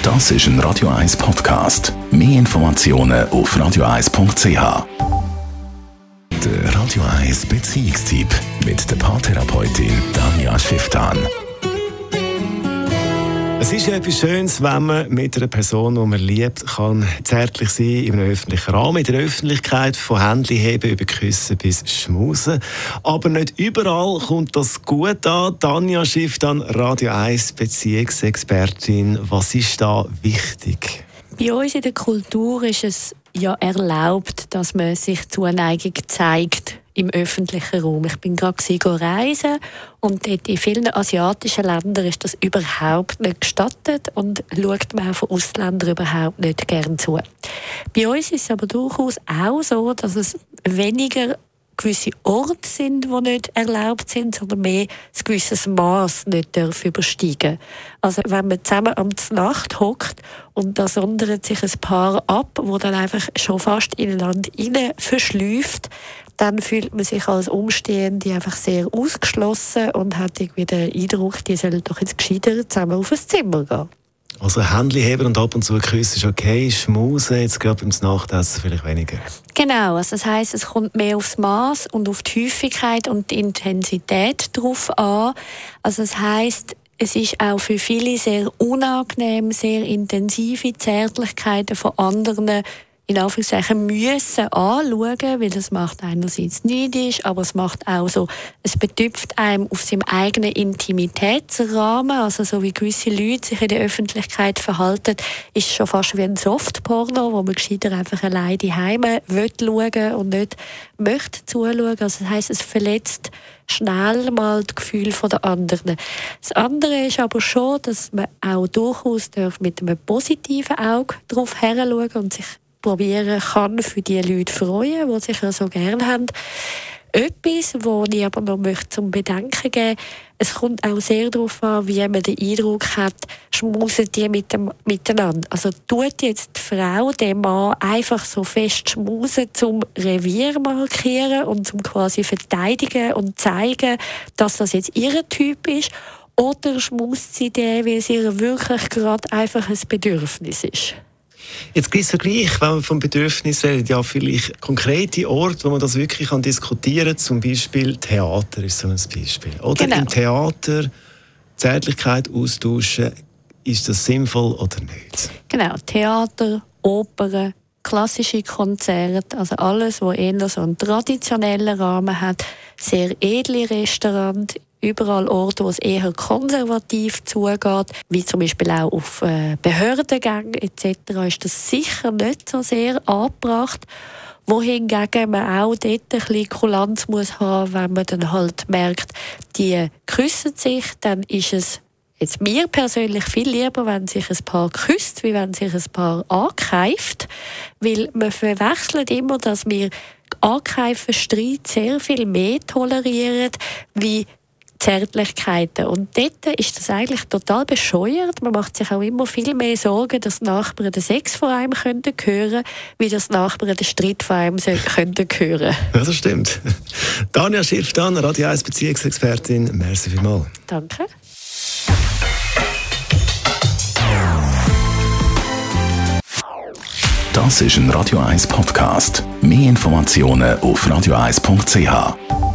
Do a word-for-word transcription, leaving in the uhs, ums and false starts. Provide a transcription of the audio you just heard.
Das ist ein Radio eins Podcast. Mehr Informationen auf radio eins punkt c h. Der Radio eins Beziehungstyp mit der Paartherapeutin Tanja Schifftan. Es ist ja etwas Schönes, wenn man mit einer Person, die man liebt, kann zärtlich sein in einem öffentlichen Rahmen, in der Öffentlichkeit, von Händchen heben über Küssen bis Schmusen. Aber nicht überall kommt das gut an. Tanja Schifftan, Radio eins Beziehungsexpertin. Was ist da wichtig? Bei uns in der Kultur ist es ja erlaubt, dass man sich Zuneigung zeigt im öffentlichen Raum. Ich bin gerade reisen und dort in vielen asiatischen Ländern ist das überhaupt nicht gestattet und schaut man auch von Ausländern überhaupt nicht gern zu. Bei uns ist es aber durchaus auch so, dass es weniger gewisse Orte sind, die nicht erlaubt sind, sondern mehr ein gewisses Maß nicht dürfen übersteigen. Also wenn man zusammen am Nacht hockt und da sondert sich ein Paar ab, wo dann einfach schon fast ineinander rein verschläuft, dann fühlt man sich als Umstehende einfach sehr ausgeschlossen und hat irgendwie den Eindruck, die sollen doch jetzt gescheiter zusammen auf ein Zimmer gehen. Also Händchen heben und ab und zu küssen ist okay, schmusen jetzt gerade beim Nachtessen vielleicht weniger. Genau, also das heisst, es kommt mehr aufs Maß und auf die Häufigkeit und die Intensität drauf an. Also das heisst, es ist auch für viele sehr unangenehm, sehr intensive Zärtlichkeiten von anderen in Anführungszeichen müssen anschauen, weil das macht einerseits neidisch, aber es macht auch so, es betüpft einem auf seinem eigenen Intimitätsrahmen, also so wie gewisse Leute sich in der Öffentlichkeit verhalten, ist es schon fast wie ein Softporno, wo man gescheiter einfach alleine daheim will schauen und nicht möchte zuschauen. Also das heisst, es verletzt schnell mal das Gefühl der anderen. Das andere ist aber schon, dass man auch durchaus mit einem positiven Auge darauf heranschauen und sich probieren kann, für die Leute freuen, die sich ja so gerne haben. Etwas, was ich aber noch möchte zum Bedenken geben, es kommt auch sehr darauf an, wie man den Eindruck hat, schmusen die mit dem, miteinander. Also tut jetzt die Frau den Mann einfach so fest schmusen, zum Revier markieren und zum quasi verteidigen und zeigen, dass das jetzt ihr Typ ist, oder schmust sie den, weil es ihr wirklich gerade einfach ein Bedürfnis ist? Jetzt gibt es ja gleich, wenn man vom Bedürfnis redet, ja vielleicht konkrete Orte, wo man das wirklich kann diskutieren kann. Zum Beispiel Theater ist so ein Beispiel. Oder genau. Im Theater Zärtlichkeit austauschen, ist das sinnvoll oder nicht? Genau, Theater, Opern, klassische Konzerte, also alles, was eher so einen traditionellen Rahmen hat, sehr edle Restaurants, überall Orte, wo es eher konservativ zugeht, wie zum Beispiel auch auf äh, Behördengänge et cetera, ist das sicher nicht so sehr angebracht. Wohingegen man auch dort ein bisschen Kulanz muss haben, wenn man dann halt merkt, die küssen sich, dann ist es jetzt mir persönlich viel lieber, wenn sich ein Paar küsst, wie wenn sich ein Paar ankeift, weil man verwechselt immer, dass wir Ankeifen, Streit sehr viel mehr tolerieren, wie Zärtlichkeiten. Und dort ist das eigentlich total bescheuert. Man macht sich auch immer viel mehr Sorgen, dass die Nachbarn den Sex von einem hören könnten, wie dass die Nachbarn den Streit von einem hören könnten. Ja, das stimmt. Tanja Schifftan, Radio eins Beziehungsexpertin. Merci vielmals. Danke. Das ist ein Radio eins Podcast. Mehr Informationen auf radio eins punkt c h.